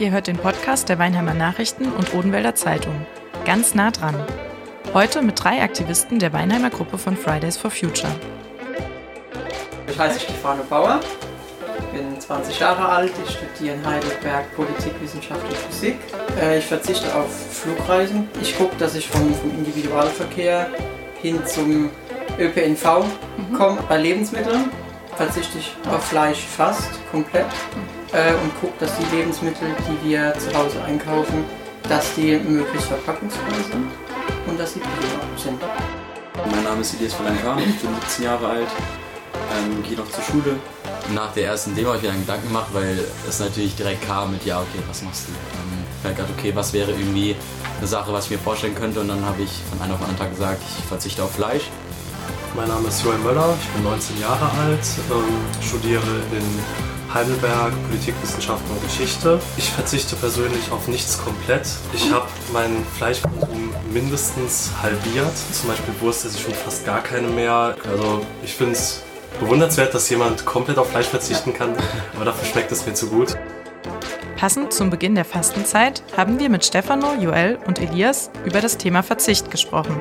ihr hört den Podcast der Weinheimer Nachrichten und Odenwälder Zeitung. Ganz nah dran. Heute mit 3 Aktivisten der Weinheimer Gruppe von Fridays for Future. Ich heiße Stefano Bauer, bin 20 Jahre alt, ich studiere in Heidelberg Politik, Wissenschaft und Physik. Ich verzichte auf Flugreisen. Ich gucke, dass ich vom Individualverkehr hin zum ÖPNV komme. Bei Lebensmitteln verzichte ich auf Fleisch fast komplett und gucke, dass die Lebensmittel, die wir zu Hause einkaufen, dass die möglichst verpackungsfrei sind und dass sie bio sind. Mein Name ist Elias Verlangan, ich bin 17 Jahre alt, gehe noch zur Schule. Nach der ersten Demo habe ich mir dann Gedanken gemacht, weil es natürlich direkt kam mit, ja okay, was machst du? Ich habe gedacht, okay, was wäre irgendwie eine Sache, was ich mir vorstellen könnte, und dann habe ich von einem auf den anderen Tag gesagt, ich verzichte auf Fleisch. Mein Name ist Joel Möller, ich bin 19 Jahre alt, studiere in Heidelberg Politikwissenschaften und Geschichte. Ich verzichte persönlich auf nichts komplett. Ich habe meinen Fleischkonsum mindestens halbiert. Zum Beispiel Wurst esse ich schon fast gar keine mehr. Also ich finde es bewundernswert, dass jemand komplett auf Fleisch verzichten kann, aber dafür schmeckt es mir zu gut. Passend zum Beginn der Fastenzeit haben wir mit Stefano, Joel und Elias über das Thema Verzicht gesprochen.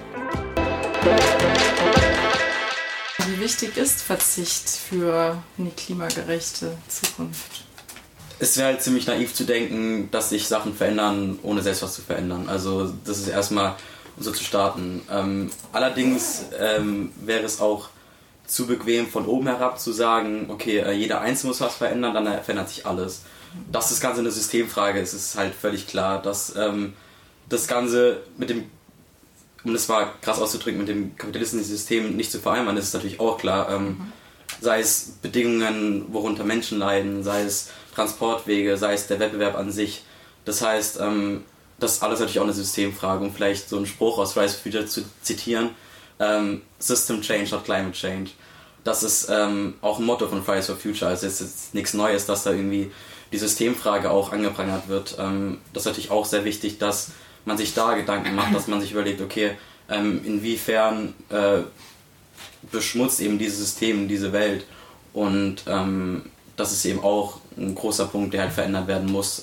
Wie wichtig ist Verzicht für eine klimagerechte Zukunft? Es wäre halt ziemlich naiv zu denken, dass sich Sachen verändern, ohne selbst was zu verändern. Also das ist erstmal so zu starten. Allerdings wäre es auch zu bequem, von oben herab zu sagen, okay, jeder Einzelne muss was verändern, dann verändert sich alles. Dass das Ganze eine Systemfrage ist, ist halt völlig klar. Dass das Ganze mit dem, um das mal krass auszudrücken, mit dem kapitalistischen System nicht zu vereinbaren, ist natürlich auch klar. Sei es Bedingungen, worunter Menschen leiden, sei es Transportwege, sei es der Wettbewerb an sich. Das heißt, das ist alles natürlich auch eine Systemfrage, um vielleicht so einen Spruch aus Fridays for Future zu zitieren. System Change, not Climate Change. Das ist auch ein Motto von Fridays for Future. Also es ist jetzt nichts Neues, dass da irgendwie die Systemfrage auch angeprangert wird. Das ist natürlich auch sehr wichtig, dass man sich da Gedanken macht, dass man sich überlegt, okay, inwiefern beschmutzt eben dieses System, diese Welt. Und das ist eben auch ein großer Punkt, der halt verändert werden muss.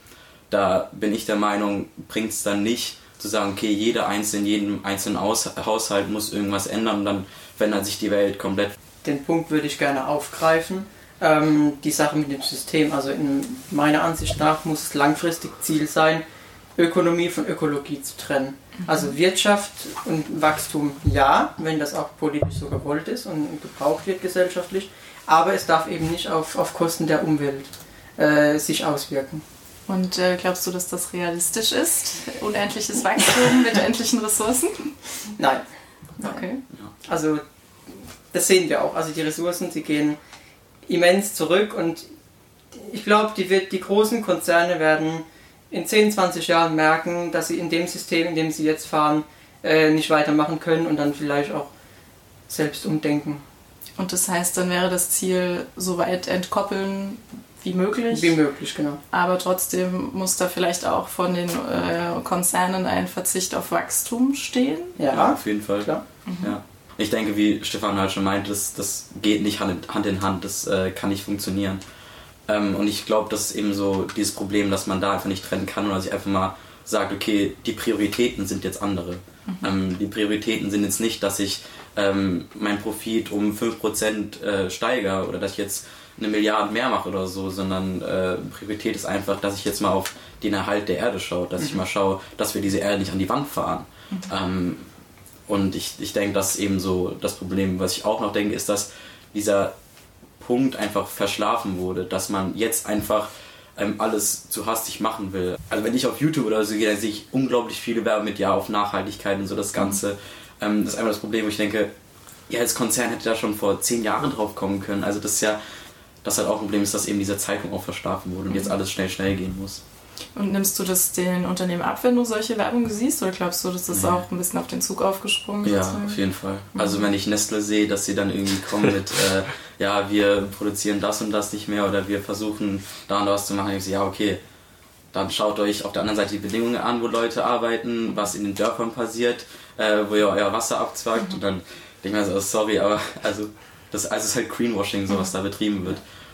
Da bin ich der Meinung, bringt es dann nicht zu sagen, okay, jedem einzelnen Haushalt muss irgendwas ändern und dann verändert sich die Welt komplett. Den Punkt würde ich gerne aufgreifen. Die Sache mit dem System, also in meiner Ansicht nach muss es langfristig Ziel sein, Ökonomie von Ökologie zu trennen. Also Wirtschaft und Wachstum ja, wenn das auch politisch so gewollt ist und gebraucht wird gesellschaftlich, aber es darf eben nicht auf Kosten der Umwelt sich auswirken. Und glaubst du, dass das realistisch ist? Unendliches Wachstum mit endlichen Ressourcen? Nein. Okay. Also das sehen wir auch. Also die Ressourcen, die gehen immens zurück und ich glaube, die großen Konzerne werden in 10, 20 Jahren merken, dass sie in dem System, in dem sie jetzt fahren, nicht weitermachen können und dann vielleicht auch selbst umdenken. Und das heißt, dann wäre das Ziel, so weit entkoppeln wie möglich? Wie möglich, genau. Aber trotzdem muss da vielleicht auch von den Konzernen ein Verzicht auf Wachstum stehen? Ja, auf jeden Fall. Klar. Ja. Ich denke, wie Stefan halt schon meint, das geht nicht Hand in Hand, das kann nicht funktionieren. Und ich glaube, das ist eben so dieses Problem, dass man da einfach nicht trennen kann oder sich einfach mal sagt, okay, die Prioritäten sind jetzt andere. Die Prioritäten sind jetzt nicht, dass ich meinen Profit um 5% steigere oder dass ich jetzt 1 Milliarde mehr mache oder so, sondern Priorität ist einfach, dass ich jetzt mal auf den Erhalt der Erde schaue, dass ich mal schaue, dass wir diese Erde nicht an die Wand fahren. Und ich denke, das ist eben so das Problem. Was ich auch noch denke, ist, dass dieser Punkt einfach verschlafen wurde, dass man jetzt einfach alles zu hastig machen will. Also wenn ich auf YouTube oder so gehe, dann sehe ich unglaublich viele Werbung mit auf Nachhaltigkeit und so das Ganze. Das ist einfach das Problem, wo ich denke, ja, als Konzern hätte da schon vor 10 Jahren drauf kommen können. Also das ist ja, das halt auch ein Problem ist, dass eben dieser Zeitpunkt auch verschlafen wurde und jetzt alles schnell gehen muss. Und nimmst du das den Unternehmen ab, wenn du solche Werbung siehst? Oder glaubst du, dass das auch ein bisschen auf den Zug aufgesprungen ist? Ja, auf jeden Fall. Also wenn ich Nestle sehe, dass sie dann irgendwie kommen mit, ja, wir produzieren das und das nicht mehr oder wir versuchen da und was zu machen, ich so, ja, okay, dann schaut euch auf der anderen Seite die Bedingungen an, wo Leute arbeiten, was in den Dörfern passiert, wo ihr euer Wasser abzwackt und dann denke ich mir so, sorry, aber also das ist halt Greenwashing, so was da betrieben wird.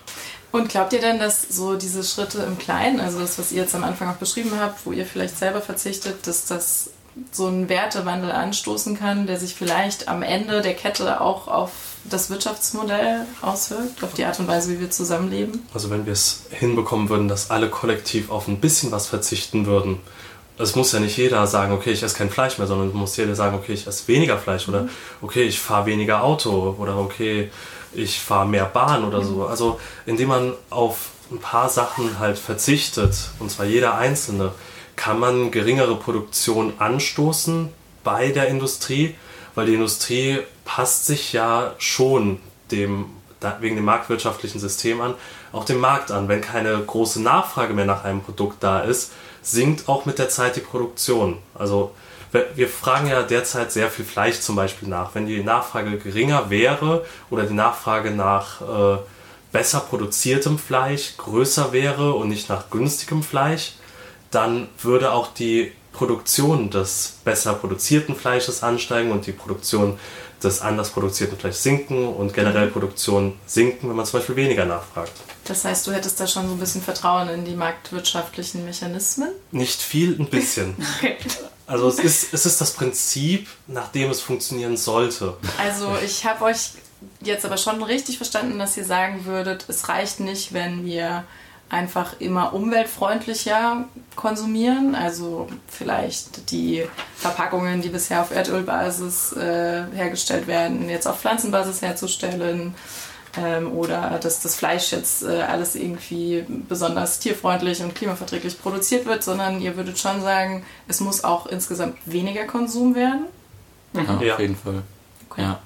Und glaubt ihr denn, dass so diese Schritte im Kleinen, also das, was ihr jetzt am Anfang auch beschrieben habt, wo ihr vielleicht selber verzichtet, dass das so einen Wertewandel anstoßen kann, der sich vielleicht am Ende der Kette auch auf das Wirtschaftsmodell auswirkt, auf die Art und Weise, wie wir zusammenleben? Also wenn wir es hinbekommen würden, dass alle kollektiv auf ein bisschen was verzichten würden, es muss ja nicht jeder sagen, okay, ich esse kein Fleisch mehr, sondern muss jeder sagen, okay, ich esse weniger Fleisch oder okay, ich fahre weniger Auto oder okay, ich fahre mehr Bahn oder so. Also indem man auf ein paar Sachen halt verzichtet, und zwar jeder Einzelne, kann man geringere Produktion anstoßen bei der Industrie, weil die Industrie passt sich ja schon wegen dem marktwirtschaftlichen System an, auch dem Markt an. Wenn keine große Nachfrage mehr nach einem Produkt da ist, sinkt auch mit der Zeit die Produktion. Also wir fragen ja derzeit sehr viel Fleisch zum Beispiel nach. Wenn die Nachfrage geringer wäre oder die Nachfrage nach besser produziertem Fleisch größer wäre und nicht nach günstigem Fleisch, dann würde auch die Produktion des besser produzierten Fleisches ansteigen und die Produktion des anders produzierten Fleischs sinken und generell Produktion sinken, wenn man zum Beispiel weniger nachfragt. Das heißt, du hättest da schon so ein bisschen Vertrauen in die marktwirtschaftlichen Mechanismen? Nicht viel, ein bisschen. Okay. Also es ist das Prinzip, nach dem es funktionieren sollte. Also ich habe euch jetzt aber schon richtig verstanden, dass ihr sagen würdet, es reicht nicht, wenn wir einfach immer umweltfreundlicher konsumieren, also vielleicht die Verpackungen, die bisher auf Erdölbasis hergestellt werden, jetzt auf Pflanzenbasis herzustellen, oder dass das Fleisch jetzt alles irgendwie besonders tierfreundlich und klimaverträglich produziert wird, sondern ihr würdet schon sagen, es muss auch insgesamt weniger Konsum werden? Ja, auf jeden Fall. Okay. Ja.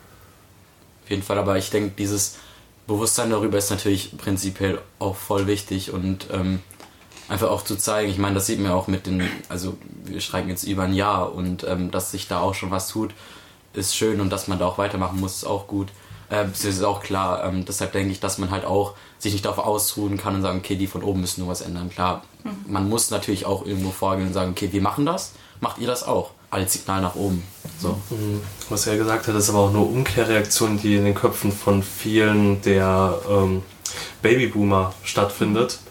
Auf jeden Fall, aber ich denke, dieses Bewusstsein darüber ist natürlich prinzipiell auch voll wichtig und einfach auch zu zeigen, ich meine, das sieht man auch also wir schreiben jetzt über ein Jahr und dass sich da auch schon was tut, ist schön und dass man da auch weitermachen muss, ist auch gut. Das ist auch klar, deshalb denke ich, dass man halt auch sich nicht darauf ausruhen kann und sagen, okay, die von oben müssen nur was ändern. Klar, man muss natürlich auch irgendwo vorgehen und sagen, okay, wir machen das, macht ihr das auch? Als Signal nach oben. So. Was er gesagt hat, ist aber auch eine Umkehrreaktion, die in den Köpfen von vielen der Babyboomer stattfindet.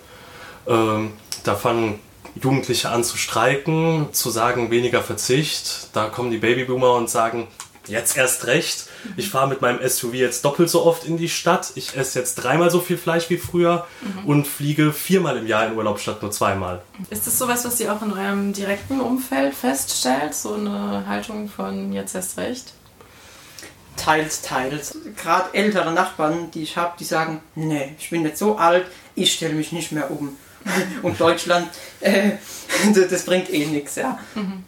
Da fangen Jugendliche an zu streiken, zu sagen, weniger Verzicht. Da kommen die Babyboomer und sagen, jetzt erst recht. Ich fahre mit meinem SUV jetzt doppelt so oft in die Stadt. Ich esse jetzt 3-mal so viel Fleisch wie früher und fliege 4-mal im Jahr in Urlaub statt nur 2-mal. Ist das sowas, was ihr auch in eurem direkten Umfeld feststellt? So eine Haltung von jetzt erst recht? Teils. Gerade ältere Nachbarn, die ich habe, die sagen, nee, ich bin jetzt so alt, ich stelle mich nicht mehr um. Und Deutschland, das bringt eh nichts, ja.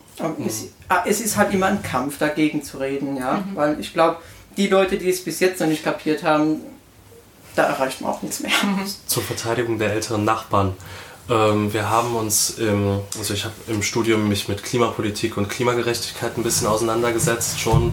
Es ist halt immer ein Kampf, dagegen zu reden, ja. Weil ich glaube, die Leute, die es bis jetzt noch nicht kapiert haben, da erreicht man auch nichts mehr. Zur Verteidigung der älteren Nachbarn. Wir haben uns, ich habe im Studium mich mit Klimapolitik und Klimagerechtigkeit ein bisschen auseinandergesetzt schon.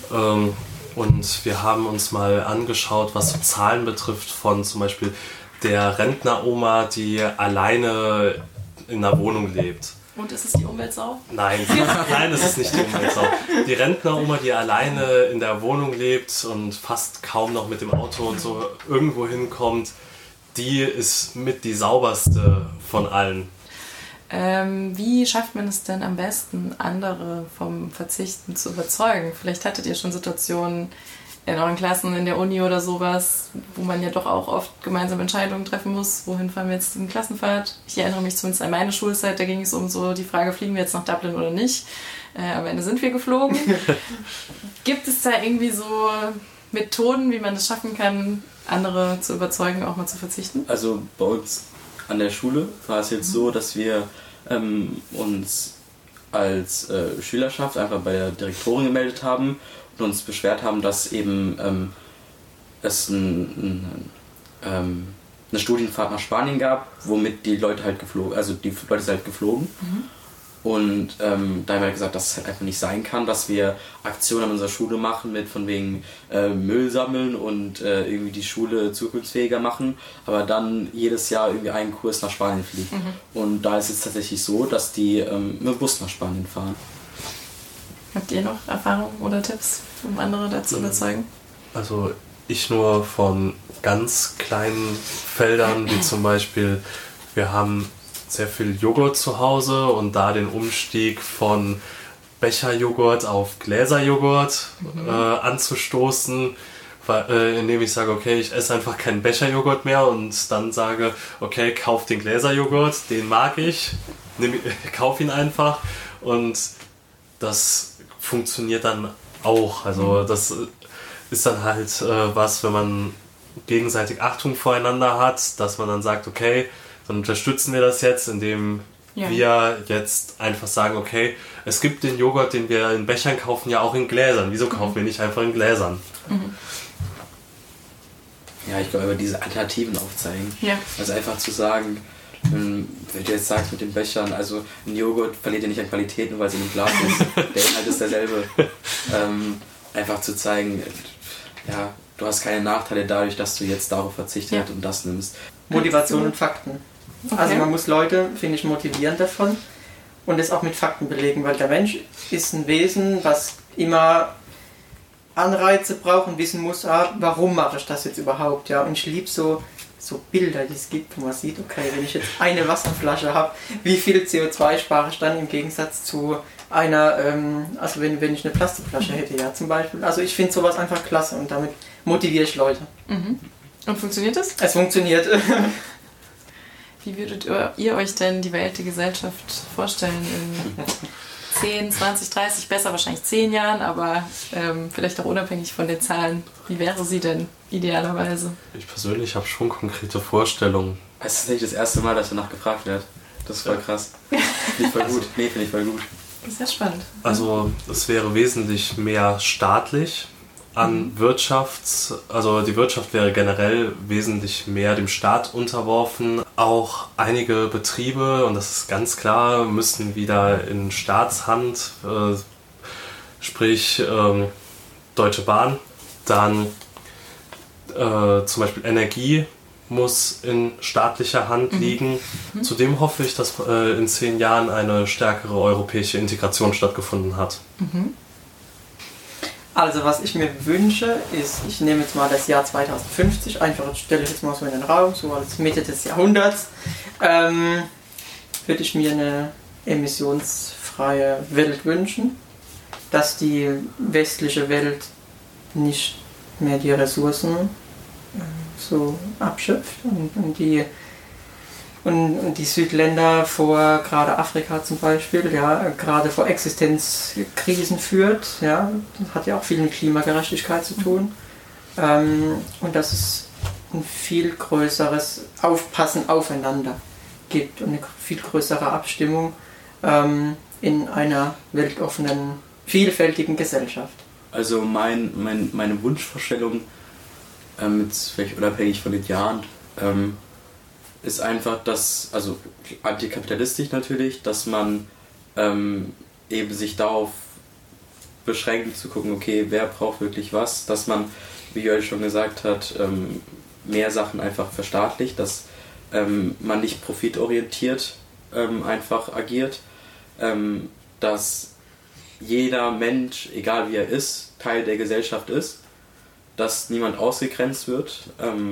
Und wir haben uns mal angeschaut, was so Zahlen betrifft von zum Beispiel der Rentneroma, die alleine in einer Wohnung lebt. Und ist es die Umweltsau? Nein, es ist nicht die Umweltsau. Die Rentneroma, die alleine in der Wohnung lebt und fast kaum noch mit dem Auto und so irgendwo hinkommt, die ist mit die sauberste von allen. Wie schafft man es denn am besten, andere vom Verzichten zu überzeugen? Vielleicht hattet ihr schon Situationen in euren Klassen, in der Uni oder sowas, wo man ja doch auch oft gemeinsam Entscheidungen treffen muss. Wohin fahren wir jetzt in Klassenfahrt? Ich erinnere mich zumindest an meine Schulzeit, da ging es um so die Frage, fliegen wir jetzt nach Dublin oder nicht? Am Ende sind wir geflogen. Gibt es da irgendwie so Methoden, wie man es schaffen kann, andere zu überzeugen, auch mal zu verzichten? Also bei uns an der Schule war es jetzt so, dass wir uns als Schülerschaft einfach bei der Direktorin gemeldet haben und uns beschwert haben, dass eben es eine Studienfahrt nach Spanien gab, womit die Leute halt geflogen, also die Leute sind halt geflogen. Und da haben wir gesagt, dass es halt einfach nicht sein kann, dass wir Aktionen an unserer Schule machen mit von wegen Müll sammeln und irgendwie die Schule zukunftsfähiger machen, aber dann jedes Jahr irgendwie einen Kurs nach Spanien fliegen. Und da ist es tatsächlich so, dass die mit dem Bus nach Spanien fahren. Habt ihr noch Erfahrungen oder Tipps, um andere dazu überzeugen? Also ich nur von ganz kleinen Feldern, wie zum Beispiel, wir haben sehr viel Joghurt zu Hause und da den Umstieg von Becherjoghurt auf Gläserjoghurt anzustoßen, indem ich sage, okay, ich esse einfach keinen Becherjoghurt mehr und dann sage, okay, kauf den Gläserjoghurt, den mag ich, kauf ihn einfach und das funktioniert dann auch. Also das ist dann halt was, wenn man gegenseitig Achtung voreinander hat, dass man dann sagt, okay, dann unterstützen wir das jetzt, indem wir jetzt einfach sagen, okay, es gibt den Joghurt, den wir in Bechern kaufen, ja auch in Gläsern. Wieso kaufen wir nicht einfach in Gläsern? Ja, ich glaube, diese Alternativen aufzeigen. Ja. Also einfach zu sagen, wenn du jetzt sagst mit den Bechern, also ein Joghurt verliert ja nicht an Qualität, nur weil es in einem Glas ist. Der Inhalt ist derselbe. Einfach zu zeigen, ja, du hast keine Nachteile dadurch, dass du jetzt darauf verzichtet und das nimmst. Motivation und Fakten. Okay. Also man muss Leute, finde ich, motivieren davon und das auch mit Fakten belegen, weil der Mensch ist ein Wesen, was immer Anreize braucht und wissen muss, warum mache ich das jetzt überhaupt? Ja? Und ich liebe so Bilder, die es gibt, wo man sieht, okay, wenn ich jetzt eine Wasserflasche habe, wie viel CO2 spare ich dann im Gegensatz zu einer, also wenn ich eine Plastikflasche hätte, ja, zum Beispiel. Also ich finde sowas einfach klasse und damit motiviere ich Leute. Und funktioniert das? Es funktioniert. Wie würdet ihr euch denn die Welt, die Gesellschaft vorstellen in 10, 20, 30, besser wahrscheinlich 10 Jahren, aber vielleicht auch unabhängig von den Zahlen. Wie wäre sie denn idealerweise? Ich persönlich habe schon konkrete Vorstellungen. Es ist nicht das erste Mal, dass danach gefragt wird. Das ist voll krass. Finde ich voll gut. Nee, finde ich voll gut. Das ist ja spannend. Also es wäre wesentlich mehr staatlich an also die Wirtschaft wäre generell wesentlich mehr dem Staat unterworfen. Auch einige Betriebe, und das ist ganz klar, müssten wieder in Staatshand, sprich Deutsche Bahn, dann zum Beispiel Energie muss in staatlicher Hand liegen. Zudem hoffe ich, dass in 10 Jahren eine stärkere europäische Integration stattgefunden hat. Also was ich mir wünsche, ist, ich nehme jetzt mal das Jahr 2050, einfach stelle ich jetzt mal so in den Raum, so als Mitte des Jahrhunderts, würde ich mir eine emissionsfreie Welt wünschen, dass die westliche Welt nicht mehr die Ressourcen so abschöpft und die Südländer vor, gerade Afrika zum Beispiel, ja, gerade vor Existenzkrisen führt. Ja, das hat ja auch viel mit Klimagerechtigkeit zu tun. Und dass es ein viel größeres Aufpassen aufeinander gibt und eine viel größere Abstimmung in einer weltoffenen, vielfältigen Gesellschaft. Also meine Wunschvorstellung, jetzt vielleicht unabhängig von den Jahren, ist einfach, dass, also antikapitalistisch natürlich, dass man eben sich darauf beschränkt zu gucken, okay, wer braucht wirklich was, dass man, wie Joel schon gesagt hat, mehr Sachen einfach verstaatlicht, dass man nicht profitorientiert einfach agiert, dass jeder Mensch, egal wie er ist, Teil der Gesellschaft ist, dass niemand ausgegrenzt wird,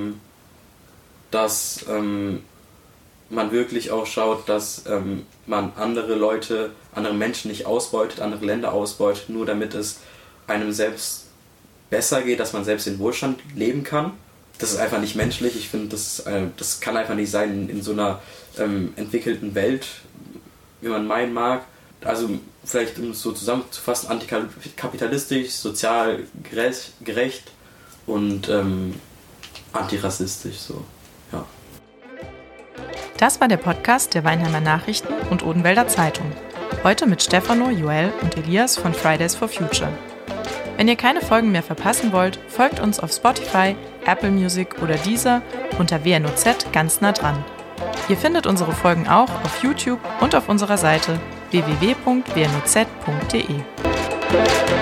dass man wirklich auch schaut, dass man andere Menschen nicht ausbeutet, andere Länder ausbeutet, nur damit es einem selbst besser geht, dass man selbst in Wohlstand leben kann. Das ist einfach nicht menschlich. Ich finde, das kann einfach nicht sein in so einer entwickelten Welt, wie man meinen mag. Also vielleicht, um es so zusammenzufassen, antikapitalistisch, sozial gerecht und antirassistisch so. Ja. Das war der Podcast der Weinheimer Nachrichten und Odenwälder Zeitung. Heute mit Stefano, Joel und Elias von Fridays for Future. Wenn ihr keine Folgen mehr verpassen wollt, folgt uns auf Spotify, Apple Music oder Deezer unter WNOZ ganz nah dran. Ihr findet unsere Folgen auch auf YouTube und auf unserer Seite www.wnoz.de.